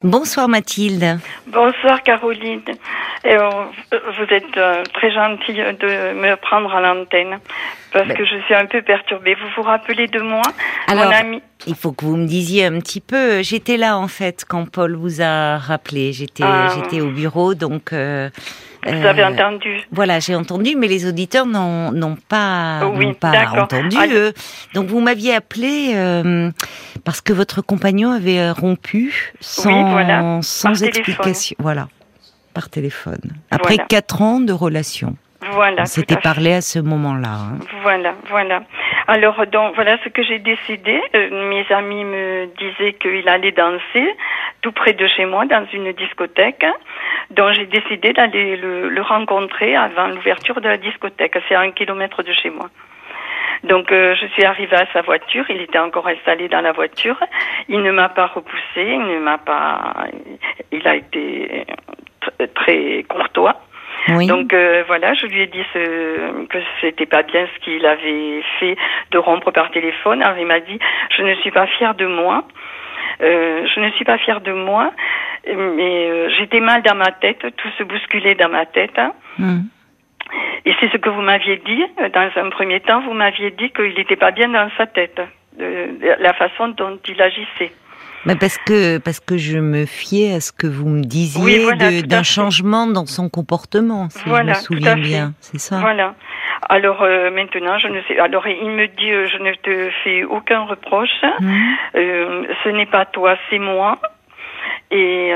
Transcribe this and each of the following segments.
Bonsoir Mathilde. Bonsoir Caroline. Vous êtes très gentille de me prendre à l'antenne parce que je suis un peu perturbée. Vous vous rappelez de moi, Alors, mon ami? il faut que vous me disiez un petit peu. J'étais là en fait quand Paul vous a rappelé. J'étais au bureau, donc. Vous avez entendu? Voilà, j'ai entendu, mais les auditeurs n'ont pas entendu. Donc vous m'aviez appelé parce que votre compagnon avait rompu sans explication. Voilà, par téléphone. Après 4 ans de relation. Voilà. On s'était parlé à ce moment-là. Hein. Voilà. Alors, donc, voilà ce que j'ai décidé. Mes amis me disaient qu'il allait danser tout près de chez moi, dans une discothèque. Donc, j'ai décidé d'aller le rencontrer avant l'ouverture de la discothèque. C'est à 1 kilomètre de chez moi. Donc, je suis arrivée à sa voiture. Il était encore installé dans la voiture. Il ne m'a pas repoussé. Il a été très courtois. Oui. Donc voilà, je lui ai dit que c'était pas bien ce qu'il avait fait de rompre par téléphone. Alors il m'a dit, je ne suis pas fière de moi. Mais j'étais mal dans ma tête, tout se bousculait dans ma tête. Et c'est ce que vous m'aviez dit, dans un premier temps, vous m'aviez dit qu'il n'était pas bien dans sa tête, de la façon dont il agissait. Mais parce que je me fiais à ce que vous me disiez d'un changement dans son comportement, si je me souviens bien, c'est ça. Voilà. Alors maintenant, je ne sais. Alors il me dit, je ne te fais aucun reproche. Ce n'est pas toi, c'est moi. Et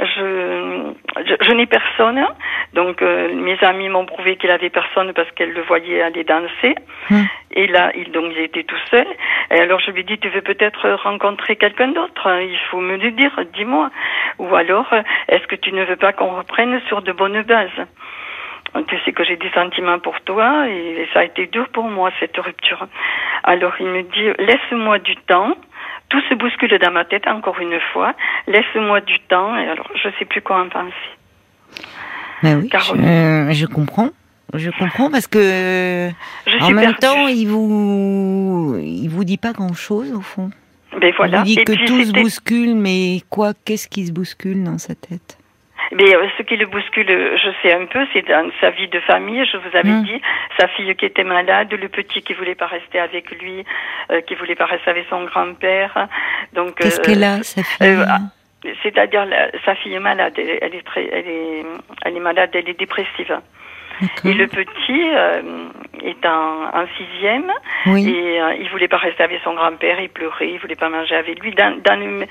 je n'ai personne. Donc mes amis m'ont prouvé qu'il avait personne parce qu'elle le voyait aller danser. Et là, il était tout seul. Et alors je lui dis, tu veux peut-être rencontrer quelqu'un d'autre? Il faut me le dire, dis-moi. Ou alors, est-ce que tu ne veux pas qu'on reprenne sur de bonnes bases? Tu sais que j'ai des sentiments pour toi et ça a été dur pour moi, cette rupture. Alors il me dit, laisse-moi du temps. Tout se bouscule dans ma tête, encore une fois. Laisse-moi du temps. Et alors, je ne sais plus quoi en penser. Ben oui, je comprends. Je comprends parce que en même temps, il vous dit pas grand-chose au fond. Ben voilà. Il vous dit que tout se bouscule, mais qu'est-ce qui se bouscule dans sa tête? Mais ce qui le bouscule, je sais un peu, c'est dans sa vie de famille. Je vous avais dit, sa fille qui était malade, le petit qui voulait pas rester avec lui, qui voulait pas rester avec son grand-père. Donc qu'est-ce qu'elle a, sa fille? C'est-à-dire sa fille est malade. Elle est malade, elle est dépressive. Et le petit est en 6e et il voulait pas rester avec son grand-père, il pleurait, il voulait pas manger avec lui dans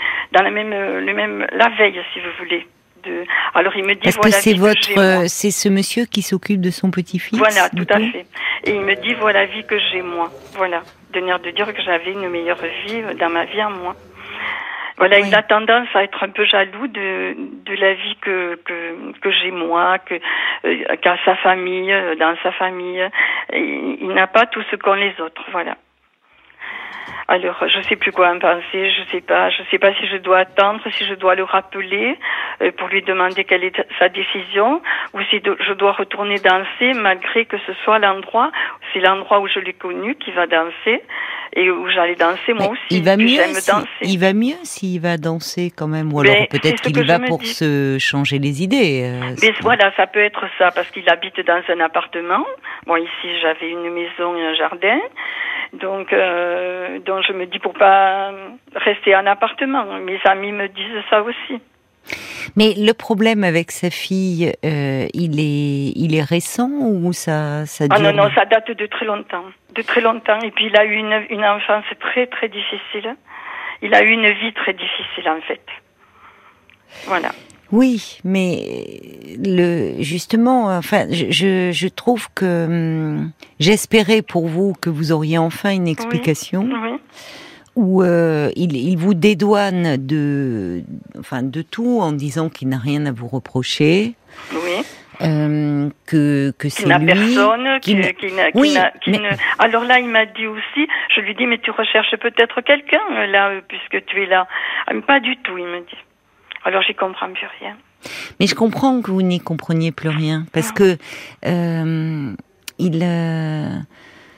la veille, si vous voulez. Alors il me dit, que c'est ce monsieur qui s'occupe de son petit-fils. Voilà, tout à fait. Et il me dit, voilà la vie que j'ai moi. Voilà, de dire que j'avais une meilleure vie dans ma vie à moi. Voilà, il a tendance à être un peu jaloux de la vie que j'ai moi, qu'a sa famille, dans sa famille. Il n'a pas tout ce qu'ont les autres, voilà. Alors, je sais plus quoi en penser, je sais pas si je dois attendre, si je dois le rappeler pour lui demander quelle est sa décision, ou si je dois retourner danser malgré que ce soit c'est l'endroit où je l'ai connu qui va danser et où j'allais danser moi aussi. Il va mieux s'il va danser quand même, ou alors peut-être qu'il y va pour se changer les idées. Mais voilà, ça peut être ça, parce qu'il habite dans un appartement. Bon, ici j'avais une maison et un jardin. Donc je me dis pour pas rester en appartement. Mes amis me disent ça aussi. Mais le problème avec sa fille, il est récent ou ça dure? Ah non, ça date de très longtemps. De très longtemps. Et puis il a eu une enfance très très difficile. Il a eu une vie très difficile en fait. Voilà. Oui, mais justement, enfin, je trouve que j'espérais pour vous que vous auriez enfin une explication où il vous dédouane de tout en disant qu'il n'a rien à vous reprocher. Oui. Que c'est lui. Personne. Alors là, il m'a dit aussi, je lui dis, mais tu recherches peut-être quelqu'un là, puisque tu es là. Pas du tout, il me dit. Alors j'y comprends plus rien. Mais je comprends que vous n'y compreniez plus rien, parce que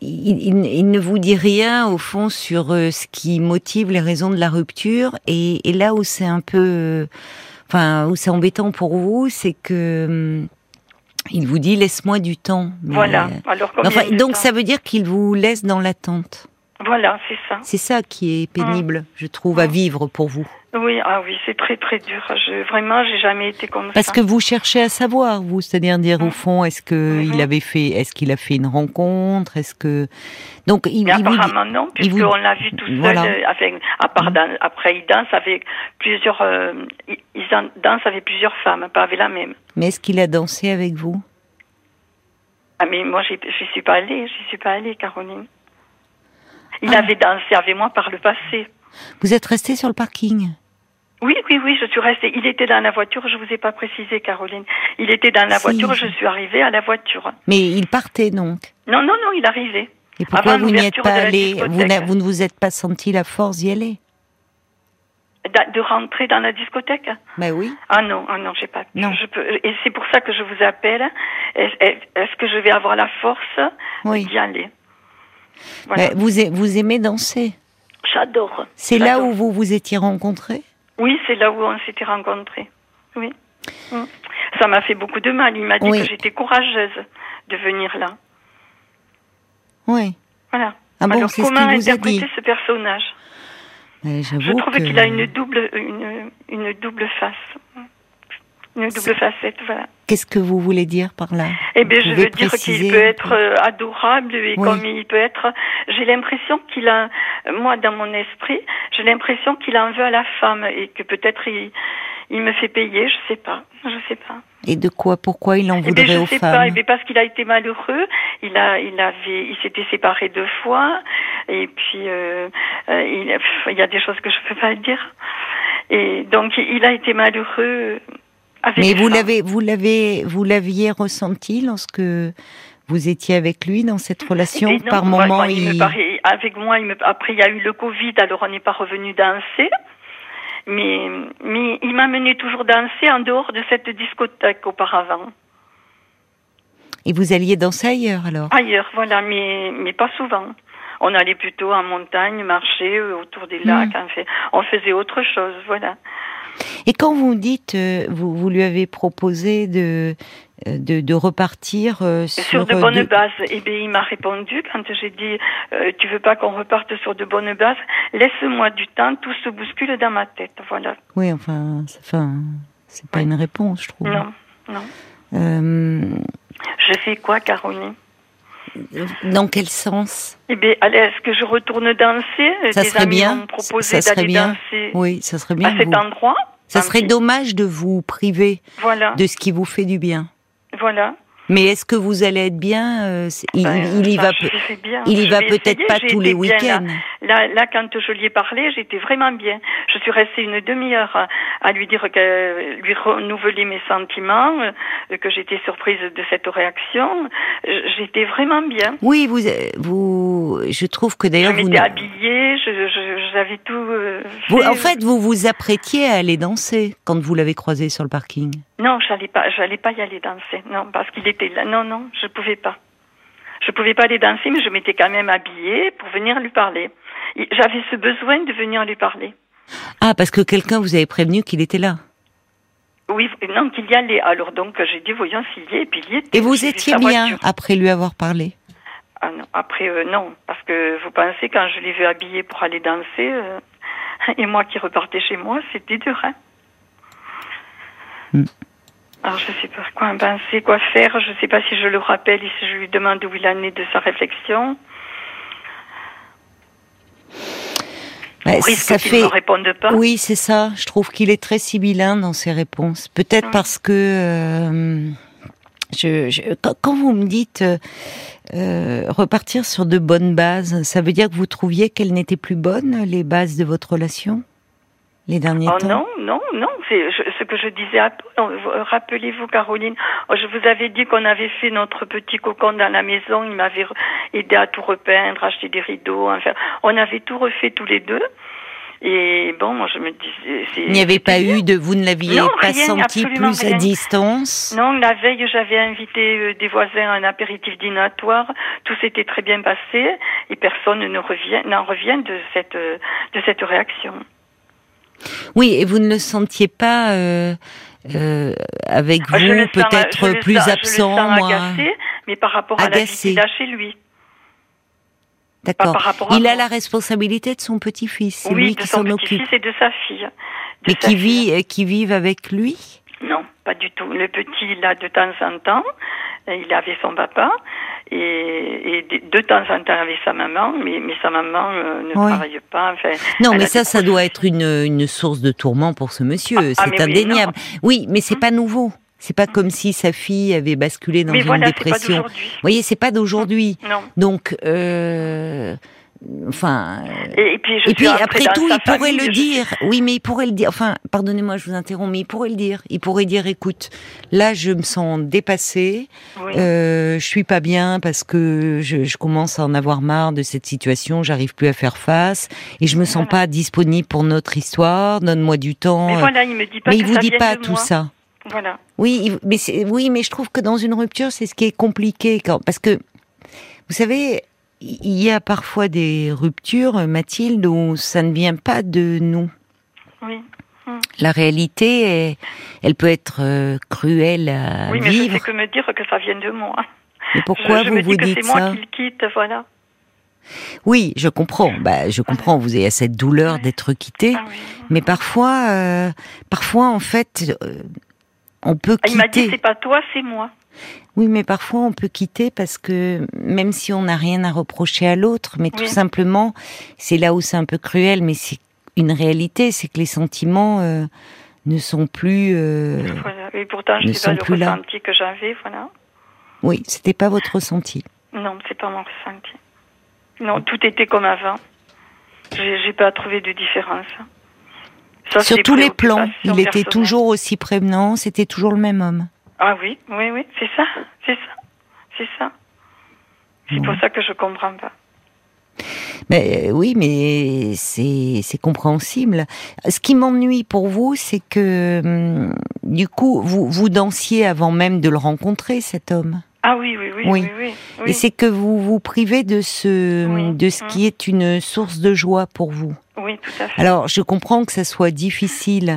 il ne vous dit rien au fond sur ce qui motive les raisons de la rupture. Et là où c'est un peu, où c'est embêtant pour vous, c'est que il vous dit laisse-moi du temps. Mais, voilà. Alors, donc ça veut dire qu'il vous laisse dans l'attente. Voilà, c'est ça. C'est ça qui est pénible, je trouve, à vivre pour vous. Oui, c'est très très dur. Vraiment, j'ai jamais été comme ça. Parce que vous cherchez à savoir, vous, c'est-à-dire dire au fond, est-ce qu'il a fait une rencontre, donc apparemment non, puisqu'on l'a vu tout seul. Après, il danse avec plusieurs, danse avec plusieurs femmes, pas avec la même. Mais est-ce qu'il a dansé avec vous? Ah mais moi, je suis pas allée, Caroline. Il avait dansé avec moi par le passé. Vous êtes restée sur le parking? Oui, je suis restée. Il était dans la voiture, je vous ai pas précisé, Caroline. Il était dans la voiture, je suis arrivée à la voiture. Mais il partait donc? Non, il arrivait. Et pourquoi vous n'y êtes pas allé? Vous ne vous êtes pas senti la force d'y aller? De rentrer dans la discothèque? Ben oui. Ah non, j'ai pas. Non. Et c'est pour ça que je vous appelle. Est-ce que je vais avoir la force d'y aller? Voilà. Vous aimez danser? J'adore. C'est là où vous vous étiez rencontrés? Oui, c'est là où on s'était rencontrés. Oui. Ça m'a fait beaucoup de mal. Il m'a dit que j'étais courageuse de venir là. Oui. Voilà. Ah bon, alors, c'est comment ce qu'il vous a dit? interpréter ce personnage? Je trouve qu'il a une double face. Une double facette, voilà. Qu'est-ce que vous voulez dire par là? Eh bien, je veux dire qu'il peut être adorable et comme il peut être... J'ai l'impression qu'il a... Moi, dans mon esprit, j'ai l'impression qu'il en veut à la femme et que peut-être il me fait payer, je sais pas. Et de quoi? Pourquoi il en voudrait aux femmes? Je sais pas. Parce qu'il a été malheureux. Il s'était séparé 2 fois. Et puis, il y a des choses que je peux pas dire. Et donc, il a été malheureux. Mais vous l'aviez ressenti lorsque vous étiez avec lui dans cette relation? Non, par moment, avec moi, après il y a eu le Covid, alors on n'est pas revenu danser. Mais il m'a mené toujours danser en dehors de cette discothèque auparavant. Et vous alliez danser ailleurs alors? Ailleurs, voilà, mais pas souvent. On allait plutôt en montagne, marcher autour des lacs. On faisait autre chose, voilà. Et quand vous dites, vous lui avez proposé de repartir sur de bonnes bases, eh bien, il m'a répondu quand j'ai dit tu veux pas qu'on reparte sur de bonnes bases, laisse-moi du temps, tout se bouscule dans ma tête, voilà. Oui, c'est pas une réponse, je trouve. Non. Je fais quoi, Caroline? Dans quel sens? Eh bien, allez, est-ce que je retourne danser? Ça serait bien. M'ont proposé d'aller danser. Oui, ça serait bien. À cet endroit. Ça serait dommage de vous priver de ce qui vous fait du bien. Voilà. Mais est-ce que vous allez être bien? Il y va peut-être pas tous les week-ends. Là, quand je lui ai parlé, j'étais vraiment bien. Je suis restée une demi-heure à lui dire lui renouveler mes sentiments, que j'étais surprise de cette réaction. J'étais vraiment bien. Oui, je trouve que d'ailleurs je m'étais habillée, j'avais tout. En fait, vous vous apprêtiez à aller danser quand vous l'avez croisé sur le parking. Non, j'allais pas y aller danser. Non, parce qu'il était là. Non, je pouvais pas. Je pouvais pas aller danser, mais je m'étais quand même habillée pour venir lui parler. J'avais ce besoin de venir lui parler. Ah, parce que quelqu'un vous avait prévenu qu'il était là? Oui, non, qu'il y allait. Alors donc, j'ai dit, voyons s'il y est, et puis il y était. Et vous étiez bien après lui avoir parlé? Ah non, après, non. Parce que vous pensez, quand je l'ai vu habillée pour aller danser, et moi qui repartais chez moi, c'était dur, hein. Alors, je sais pas quoi penser, quoi faire. Je sais pas si je le rappelle et si je lui demande où il en est de sa réflexion. Ça qu'il ne me réponde pas. Oui, c'est ça. Je trouve qu'il est très sibyllin dans ses réponses. Peut-être parce que quand vous me dites repartir sur de bonnes bases, ça veut dire que vous trouviez qu'elles n'étaient plus bonnes, les bases de votre relation, les derniers temps? Non. C'est ce que je disais à Paul. Rappelez-vous, Caroline, je vous avais dit qu'on avait fait notre petit cocon dans la maison. Il m'avait aidé à tout repeindre, acheter des rideaux. Enfin, on avait tout refait tous les deux. Et bon, moi je me disais... Il n'y avait pas eu de... Vous ne l'aviez pas senti plus rien. à distance? Non, la veille, j'avais invité des voisins à un apéritif dînatoire. Tout s'était très bien passé et personne n'en revient de cette réaction. Oui, et vous ne le sentiez pas avec vous, peut-être plus absent, je le sens agacé, mais par rapport à la vie qu'il a chez lui. D'accord. Il a la responsabilité de son petit-fils. C'est lui qui s'en occupe. Oui, de son petit-fils et de sa fille. Mais qui vivent avec lui? Non, pas du tout. Le petit, là, de temps en temps, il avait son papa, et de temps en temps avec sa maman, mais sa maman ne travaille pas. Enfin, non, mais ça doit être une source de tourment pour ce monsieur, c'est indéniable. Oui, mais c'est pas nouveau. C'est pas comme si sa fille avait basculé dans une dépression. Vous voyez, c'est pas d'aujourd'hui. Non. Donc, enfin. Et puis après tout, il pourrait le dire. Oui, mais il pourrait le dire. Enfin, pardonnez-moi, je vous interromps, mais il pourrait le dire. Il pourrait dire, écoute, là, je me sens dépassée. Oui. Je suis pas bien parce que je commence à en avoir marre de cette situation. J'arrive plus à faire face et je me sens pas disponible pour notre histoire. Donne-moi du temps. Mais voilà, il me dit pas. Mais il vous dit pas tout ça. Voilà. Oui, mais je trouve que dans une rupture, c'est ce qui est compliqué parce que vous savez, il y a parfois des ruptures, Mathilde, où ça ne vient pas de nous. Oui. La réalité, elle peut être cruelle à vivre. Oui, mais je sais que me dire que ça vient de moi. Mais pourquoi vous vous dites ça? C'est moi qui le quitte, voilà. Oui, je comprends. Je comprends. Vous avez cette douleur d'être quitté, mais parfois, en fait. On peut quitter. Il m'a dit, c'est pas toi, c'est moi. Oui, mais parfois on peut quitter parce que même si on n'a rien à reprocher à l'autre, mais tout simplement, c'est là où c'est un peu cruel, mais c'est une réalité, c'est que les sentiments ne sont plus. Voilà. Et pourtant, je sais pas le ressenti que j'avais, voilà. Oui, c'était pas votre ressenti. Non, c'est pas mon ressenti. Non, tout était comme avant. J'ai pas trouvé de différence. Ça, sur tous les plans, il était toujours aussi prévenant, c'était toujours le même homme. Ah oui, c'est ça. C'est pour ça que je comprends pas. Mais oui, mais c'est compréhensible. Ce qui m'ennuie pour vous, c'est que du coup, vous dansiez avant même de le rencontrer, cet homme. Ah oui. Et c'est que vous vous privez de ce qui est une source de joie pour vous. Oui, tout à fait. Alors, je comprends que ça soit difficile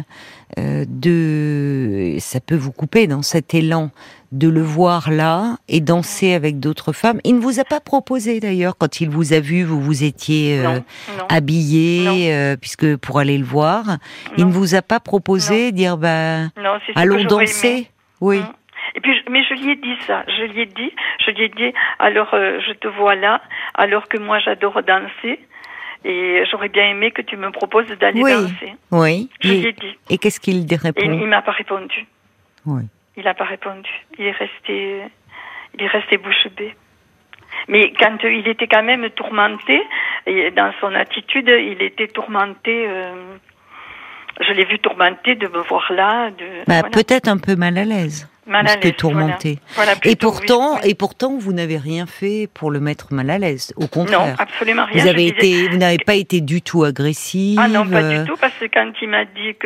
ça peut vous couper dans cet élan de le voir là et danser avec d'autres femmes. Il ne vous a pas proposé d'ailleurs, quand il vous a vu, vous étiez habillée, puisque pour aller le voir, il ne vous a pas proposé dire allons danser. Oui. Et puis, mais je lui ai dit ça. Je lui ai dit, alors je te vois là, alors que moi j'adore danser. Et j'aurais bien aimé que tu me proposes d'aller danser. Oui. Je lui ai dit. Et qu'est-ce qu'il répond? Il m'a pas répondu. Oui. Il n'a pas répondu. Il est resté bouche bée. Mais quand il était quand même tourmenté, et dans son attitude, il était tourmenté. Je l'ai vu tourmenté de me voir là. Peut-être un peu mal à l'aise. Plus que tourmenté. Voilà, et pourtant, vous n'avez rien fait pour le mettre mal à l'aise. Au contraire. Non, absolument rien. Vous n'avez pas été du tout agressive. Ah non, pas du tout, parce que quand il m'a dit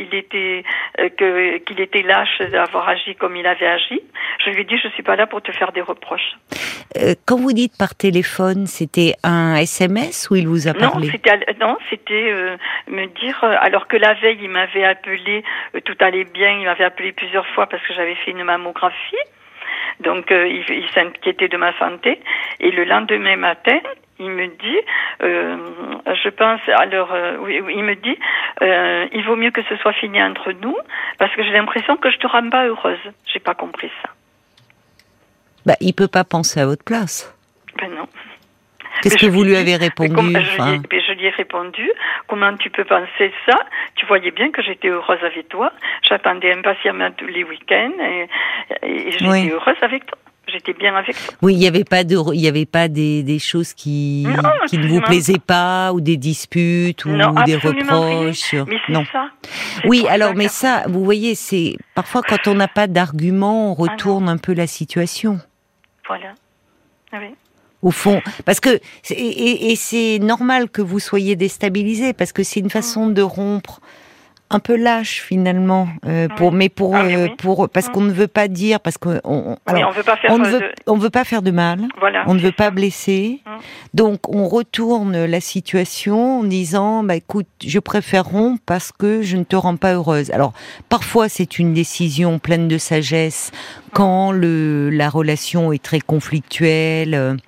qu'il était lâche d'avoir agi comme il avait agi, je lui ai dit, je suis pas là pour te faire des reproches. Quand vous dites par téléphone, c'était un SMS ou il vous a parlé? C'était me dire, alors que la veille, il m'avait appelé, tout allait bien, il m'avait appelé plusieurs fois parce que j'avais fait une mammographie, donc il s'inquiétait de ma santé, et le lendemain matin, il me dit, je pense, alors, il me dit, il vaut mieux que ce soit fini entre nous, parce que j'ai l'impression que je te rends pas heureuse. J'ai pas compris ça. Il peut pas penser à votre place. Ben non. Qu'est-ce que vous lui avez répondu? Je lui ai répondu, comment tu peux penser ça? Tu voyais bien que j'étais heureuse avec toi. J'attendais impatiemment tous les week-ends et j'étais heureuse avec toi. J'étais bien avec toi. Oui, il y avait pas des choses qui ne vous plaisaient pas, ou des disputes, ou des reproches. Mais c'est ça. Oui, alors, mais ça, vous voyez, c'est parfois quand on n'a pas d'argument, on retourne un peu la situation. Voilà. Oui. Au fond, parce que et c'est normal que vous soyez déstabilisé, parce que c'est une façon de rompre un peu lâche finalement, parce qu'on ne veut pas dire, parce qu'on on veut pas faire de mal, voilà, on ne veut pas blesser, donc on retourne la situation en disant bah écoute, je préfère rompre parce que je ne te rends pas heureuse. Alors parfois c'est une décision pleine de sagesse quand la relation est très conflictuelle,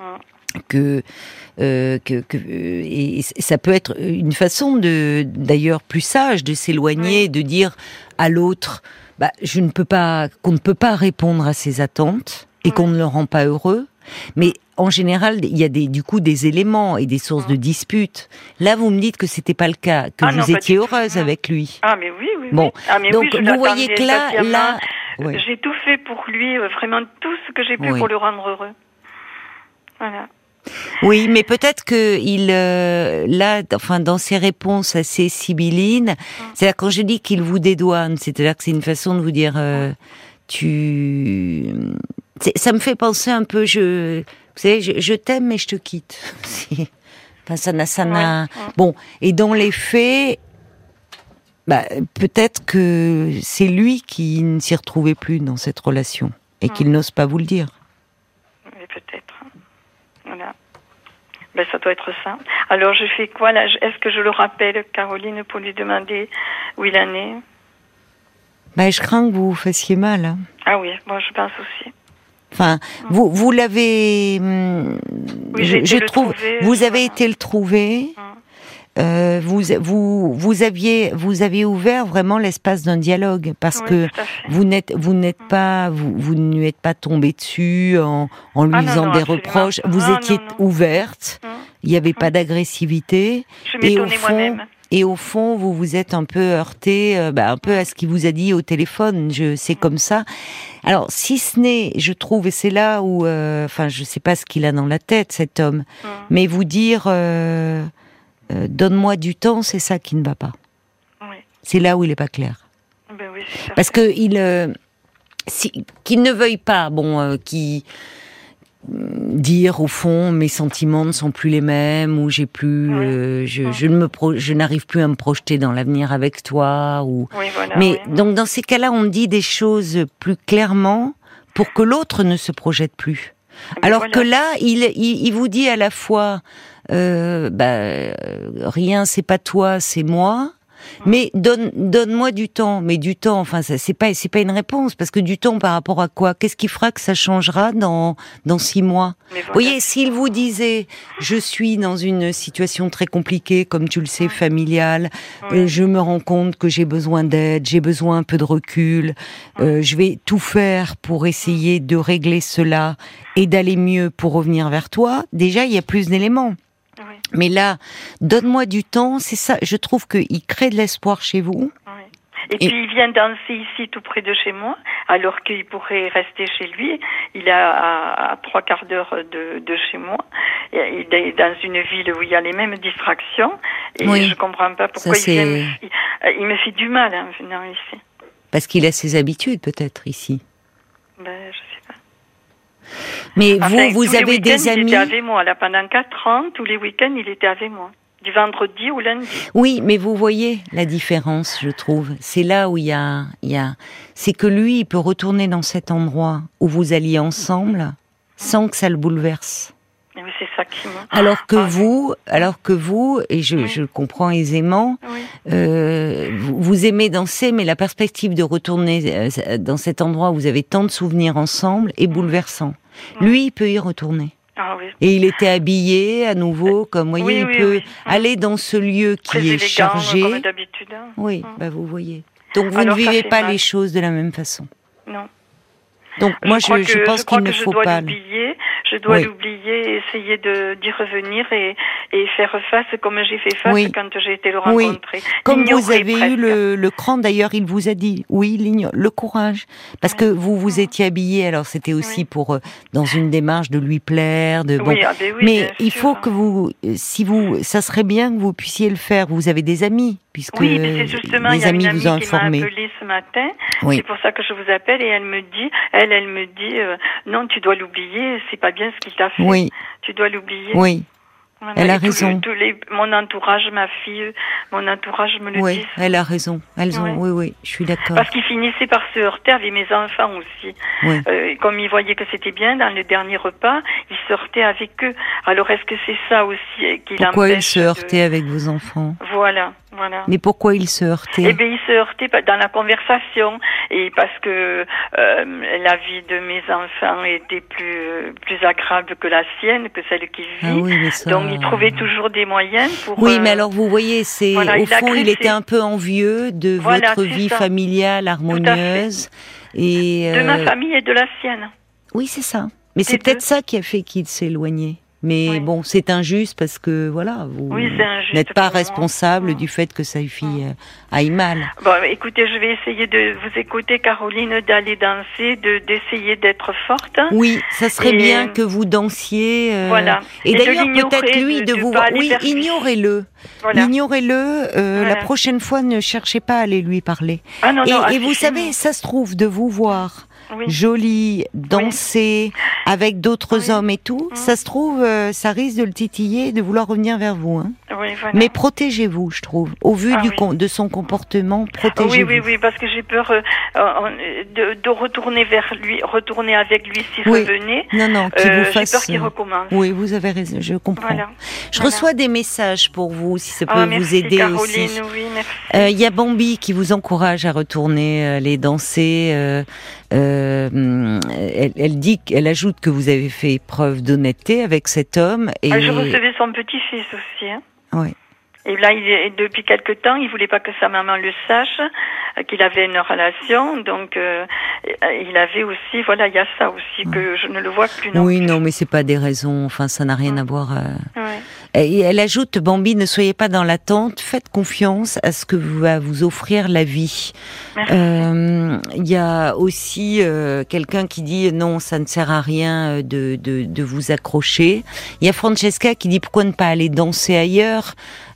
et ça peut être une façon d'ailleurs plus sage de s'éloigner, de dire à l'autre bah, qu'on ne peut pas répondre à ses attentes et qu'on ne le rend pas heureux. Mais en général, il y a du coup des éléments et des sources de disputes. Là, vous me dites que c'était pas le cas, que vous étiez heureuse avec lui. Ah mais oui. Bon, ah, mais donc vous voyez que là, j'ai tout fait pour lui, vraiment tout ce que j'ai pu pour le rendre heureux. Voilà. Oui, mais peut-être que dans ses réponses assez sibyllines, c'est-à-dire quand je dis qu'il vous dédouane, c'est-à-dire que c'est une façon de vous dire, ça me fait penser un peu, vous savez, je t'aime mais je te quitte. Enfin, ça n'a. Bon, et dans les faits, bah, peut-être que c'est lui qui ne s'y retrouvait plus dans cette relation et qu'il n'ose pas vous le dire. Oui, peut-être. Voilà. Ben, ça doit être ça. Alors, je fais quoi là? Est-ce que je le rappelle, Caroline, pour lui demander où il en est? Ben, je crains que vous vous fassiez mal. Hein. Ah oui, moi je pense aussi. Enfin, vous l'avez. Oui, je trouve. Vous avez été le trouver. Vous aviez ouvert vraiment l'espace d'un dialogue parce que vous ne lui êtes pas tombé dessus en lui faisant des reproches. Vous étiez ouverte. Il n'y avait pas d'agressivité. Je m'étonnais moi-même. Et au fond, vous vous êtes un peu heurté, un peu à ce qu'il vous a dit au téléphone. C'est comme ça. Alors, si ce n'est, je trouve, et c'est là où, je sais pas ce qu'il a dans la tête, cet homme, mais vous dire. Donne-moi du temps, c'est ça qui ne va pas. Oui. C'est là où il n'est pas clair. Ben oui, c'est ça. Parce que qu'il ne veuille pas, dire au fond mes sentiments ne sont plus les mêmes, ou j'ai plus, je n'arrive plus à me projeter dans l'avenir avec toi, ou. Oui, voilà, mais donc dans ces cas-là, on dit des choses plus clairement pour que l'autre ne se projette plus. Alors que là, il vous dit à la fois. Rien, c'est pas toi, c'est moi. Mais donne-moi du temps. Mais du temps, enfin, ça, c'est pas une réponse, parce que du temps par rapport à quoi? Qu'est-ce qui fera que ça changera dans 6 mois? Vous voyez, s'il vous disait, je suis dans une situation très compliquée, comme tu le sais, familiale, je me rends compte que j'ai besoin d'aide, j'ai besoin un peu de recul, je vais tout faire pour essayer de régler cela et d'aller mieux pour revenir vers toi. Déjà, il y a plus d'éléments. Mais là, donne-moi du temps, c'est ça, je trouve qu'il crée de l'espoir chez vous. Oui. Et puis il vient danser ici tout près de chez moi, alors qu'il pourrait rester chez lui. Il est à 3/4 d'heure de chez moi. Et il est dans une ville où il y a les mêmes distractions. Et je comprends pas pourquoi il me fait du mal en venant ici. Parce qu'il a ses habitudes peut-être ici. Ben, je sais pas. Mais vous avez des amis. Il était avec moi là pendant 4 ans. Tous les week-ends, il était avec moi, du vendredi au lundi. Oui, mais vous voyez la différence, je trouve. C'est là où il y a, c'est que lui, il peut retourner dans cet endroit où vous alliez ensemble, sans que ça le bouleverse. Oui, c'est ça qui m'a. Alors que vous, et je comprends aisément, vous aimez danser, mais la perspective de retourner dans cet endroit où vous avez tant de souvenirs ensemble est bouleversant. Lui, il peut y retourner. Ah, oui. Et il était habillé à nouveau, comme vous voyez, il peut aller dans ce lieu qui très est élégant, chargé. Comme d'habitude. Oui, vous voyez. Donc vous ne vivez pas les choses de la même façon. Non. Donc moi je pense qu'il ne faut pas. Je dois l'oublier, essayer d'y revenir et faire face comme j'ai fait face quand j'ai été le rencontrer. Comme vous avez eu le cran, d'ailleurs, il vous a dit, le courage. Parce que vous étiez habillé, alors c'était aussi pour, dans une démarche de lui plaire, mais il faut que ça serait bien que vous puissiez le faire. Vous avez des amis, puisque oui, mais c'est justement, les amis il y a une vous ont amie qui m'a informé. appelé ce matin. Oui. C'est pour ça que je vous appelle et elle me dit, non, tu dois l'oublier. C'est pas bien ce qu'il t'a fait. Oui. Tu dois l'oublier. Oui. Voilà. Elle a raison. Mon entourage, ma fille, mon entourage me le dit. Oui, elle a raison. Elles ont. Oui, je suis d'accord. Parce qu'ils finissaient par se heurter avec mes enfants aussi. Oui. Comme ils voyaient que c'était bien dans le dernier repas, ils se heurtaient avec eux. Alors est-ce que c'est ça aussi qui l'empêche? Pourquoi ils se heurtaient avec vos enfants? Voilà. Mais pourquoi ils se heurtaient? Eh bien, ils se heurtaient dans la conversation et parce que la vie de mes enfants était plus agréable que la sienne, que celle qu'ils vivent. Ah oui, mais ça... Donc, ils trouvaient toujours des moyens pour... Oui, mais alors, vous voyez, c'est au fond, il était un peu envieux de votre vie familiale harmonieuse. Et, de ma famille et de la sienne. Oui, c'est ça. Mais c'est peut-être ça qui a fait qu'il s'éloignait. Mais bon, c'est injuste parce que voilà, vous n'êtes pas responsable du fait que sa fille aille mal. Bon, écoutez, je vais essayer de vous écouter, Caroline, d'aller danser, d'essayer d'être forte. Oui, ça serait bien que vous dansiez. Voilà. Et d'ailleurs, peut-être lui de vous. Oui, ignorez-le. Voilà. Ignorez-le. La prochaine fois, ne cherchez pas à aller lui parler. Ah, non, et vous savez, ça se trouve de vous voir. Jolie, danser avec d'autres hommes et tout, ça se trouve, ça risque de le titiller, de vouloir revenir vers vous. Hein. Oui, voilà. Mais protégez-vous, je trouve. Au vu de son comportement, protégez-vous. Oui, parce que j'ai peur de retourner vers lui, retourner avec lui s'il revenait. Non, qu'il vous fasse... J'ai peur qu'il recommence. Oui, vous avez raison, je comprends. Voilà. Je reçois des messages pour vous, si ça peut vous aider Caroline, aussi. Oui, merci. Il y a Bambi qui vous encourage à retourner aller danser. Elle ajoute que vous avez fait preuve d'honnêteté avec cet homme. Et... je recevais son petit-fils aussi. Hein. Oui. Et là, depuis quelque temps, il voulait pas que sa maman le sache, qu'il avait une relation. Donc, il avait aussi, voilà, il y a ça aussi que je ne le vois plus. Oui, non, mais c'est pas des raisons. Enfin, ça n'a rien à voir. Et elle ajoute, Bambi, ne soyez pas dans l'attente. Faites confiance à ce que va vous offrir la vie. Il y a aussi quelqu'un qui dit non, ça ne sert à rien de vous accrocher. Il y a Francesca qui dit pourquoi ne pas aller danser ailleurs.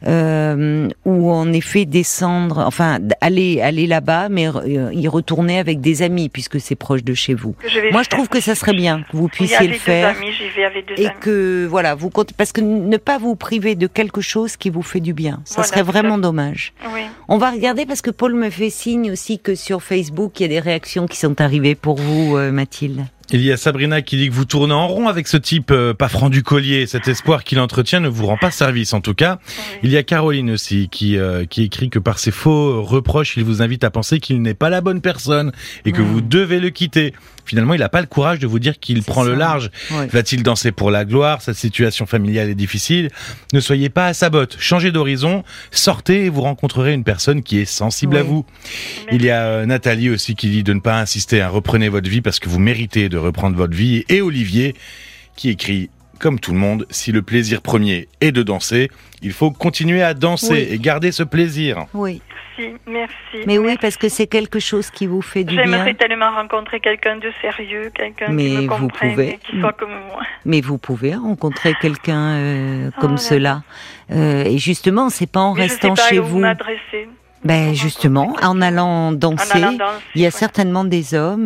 Ou en effet descendre, enfin aller là-bas, mais y retourner avec des amis puisque c'est proche de chez vous. Moi, je trouve que ça serait bien que vous puissiez le faire et que voilà, vous comptez parce que ne pas vous priver de quelque chose qui vous fait du bien, ça serait vraiment dommage. Oui. On va regarder parce que Paul me fait signe aussi que sur Facebook il y a des réactions qui sont arrivées pour vous, Mathilde. Il y a Sabrina qui dit que vous tournez en rond avec ce type pas franc du collier. Cet espoir qu'il entretient ne vous rend pas service en tout cas. Oui. Il y a Caroline aussi qui écrit que par ses faux reproches, il vous invite à penser qu'il n'est pas la bonne personne et que vous devez le quitter. Finalement, il n'a pas le courage de vous dire qu'il prend le large. Oui. Va-t-il danser pour la gloire? Sa situation familiale est difficile. Ne soyez pas à sa botte. Changez d'horizon, sortez et vous rencontrerez une personne qui est sensible à vous. Merci. Il y a Nathalie aussi qui dit de ne pas insister. Reprenez votre vie parce que vous méritez de reprendre votre vie. Et Olivier qui écrit comme tout le monde, si le plaisir premier est de danser, il faut continuer à danser et garder ce plaisir. Oui. Merci. Mais oui, parce que c'est quelque chose qui vous fait du bien. J'aimerais tellement rencontrer quelqu'un de sérieux, quelqu'un qui me comprenne et qui soit comme moi. Mais vous pouvez rencontrer quelqu'un comme cela. Et justement, c'est pas en restant chez vous. Vous m'adresser. Ben justement, en allant danser, il y a certainement des hommes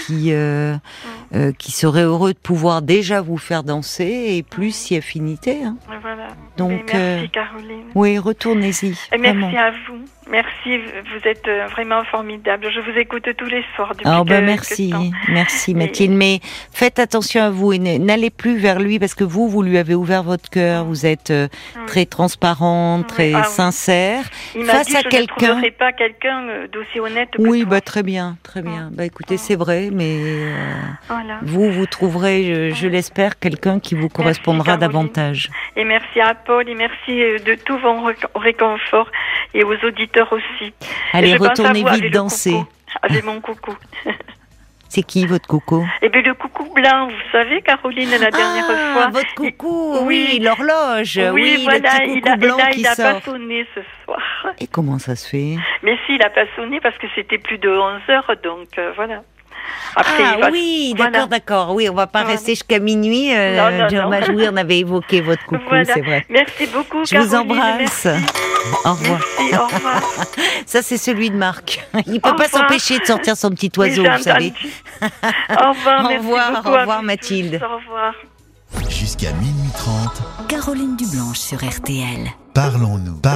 qui seraient heureux de pouvoir déjà vous faire danser et plus si affinité. Hein. Voilà. Donc, merci Caroline. Oui, retournez-y. Et merci à vous. Merci, vous êtes vraiment formidable. Je vous écoute tous les soirs depuis merci Mathilde. Mais faites attention à vous et n'allez plus vers lui parce que vous lui avez ouvert votre cœur. Vous êtes très transparente, très sincère. Il m'a dit que je ne trouverai pas quelqu'un d'aussi honnête que oui, toi. Très bien. Bah écoutez, c'est vrai, mais vous trouverez, je l'espère, quelqu'un qui vous correspondra davantage. Et merci à Paul et merci de tout vos réconfort et aux auditeurs aussi. Allez, retournez vite danser. Avec mon coucou. C'est qui votre coucou? Eh bien, le coucou blanc, vous savez, Caroline, la dernière fois. Votre coucou, oui, l'horloge. Oui, voilà, le petit coucou blanc qui sort. Il n'a pas sonné ce soir. Et comment ça se fait? Mais si, il n'a pas sonné parce que c'était plus de 11h, donc voilà. Après, oui, d'accord. Oui, on va pas rester jusqu'à minuit. Non. Oui, on avait évoqué votre coucou, c'est vrai. Merci beaucoup, Je vous embrasse. Au revoir. Merci, au revoir. Ça, c'est celui de Marc. Il peut pas s'empêcher de sortir son petit oiseau, vous savez. Au revoir, au revoir, Mathilde. Au revoir. Jusqu'à minuit 30. Caroline Dublanche sur RTL. Parlons-nous.